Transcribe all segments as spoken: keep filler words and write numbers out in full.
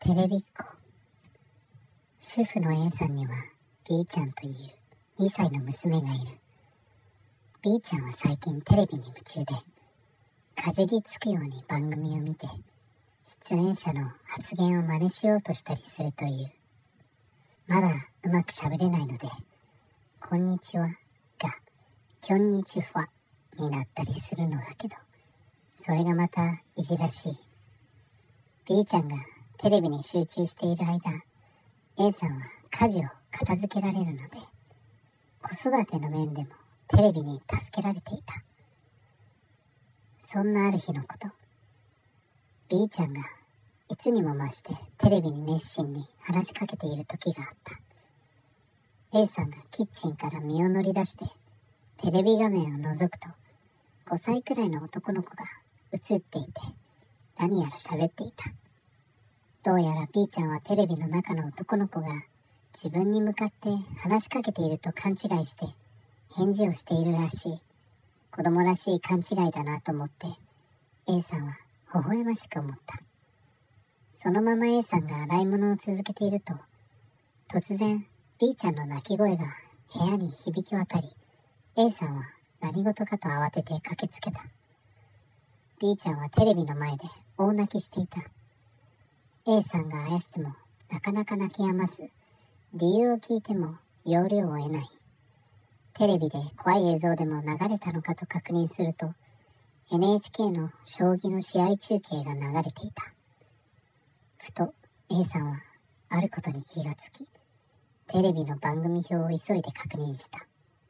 テレビっ子。主婦の A さんには B ちゃんというにさいの娘がいる。B ちゃんは最近テレビに夢中で、かじりつくように番組を見て、出演者の発言を真似しようとしたりするという。まだうまく喋れないので、こんにちはがキョンニチファになったりするのだけど、それがまたいじらしい。B ちゃんがテレビに集中している間、A さんは家事を片付けられるので、子育ての面でもテレビに助けられていた。そんなある日のこと、B ちゃんがいつにも増してテレビに熱心に話しかけている時があった。A さんがキッチンから身を乗り出してテレビ画面を覗くと、ごさいくらいの男の子が映っていて、何やら喋っていた。どうやら B ちゃんはテレビの中の男の子が自分に向かって話しかけていると勘違いして返事をしているらしい。子供らしい勘違いだなと思って A さんは微笑ましく思った。そのまま A さんが洗い物を続けていると、突然 B ちゃんの泣き声が部屋に響き渡り、 A さんは何事かと慌てて駆けつけた。 B ちゃんはテレビの前で大泣きしていた。A さんがあやしてもなかなか泣き止まず、理由を聞いても要領を得ない。テレビで怖い映像でも流れたのかと確認すると、 エヌエイチケー の将棋の試合中継が流れていた。ふと A さんはあることに気がつき、テレビの番組表を急いで確認した。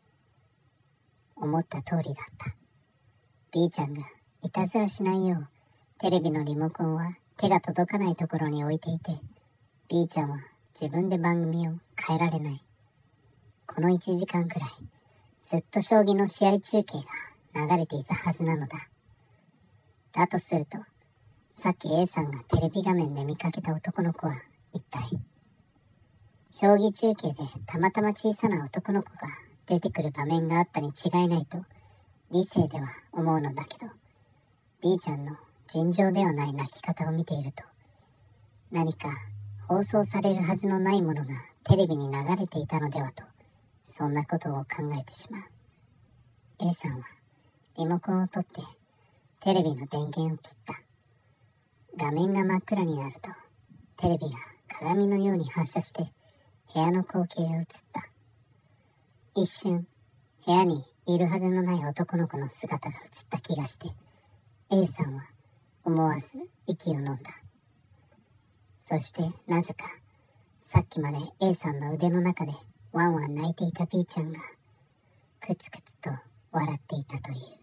思った通りだった。 B ちゃんがいたずらしないようテレビのリモコンは手が届かないところに置いていて、 B ちゃんは自分で番組を変えられない。このいちじかんくらいずっと将棋の試合中継が流れていたはずなのだ。だとすると、さっき A さんがテレビ画面で見かけた男の子は一体。将棋中継でたまたま小さな男の子が出てくる場面があったに違いないと理性では思うのだけど、 B ちゃんの尋常ではない泣き方を見ていると、何か放送されるはずのないものがテレビに流れていたのではと、そんなことを考えてしまう。 A さんはリモコンを取ってテレビの電源を切った。画面が真っ暗になると、テレビが鏡のように反射して部屋の光景が映った。一瞬部屋にいるはずのない男の子の姿が映った気がして、 A さんは思わず息を飲んだ。そしてなぜかさっきまで A さんの腕の中でワンワン泣いていた B ちゃんがくつくつと笑っていたという。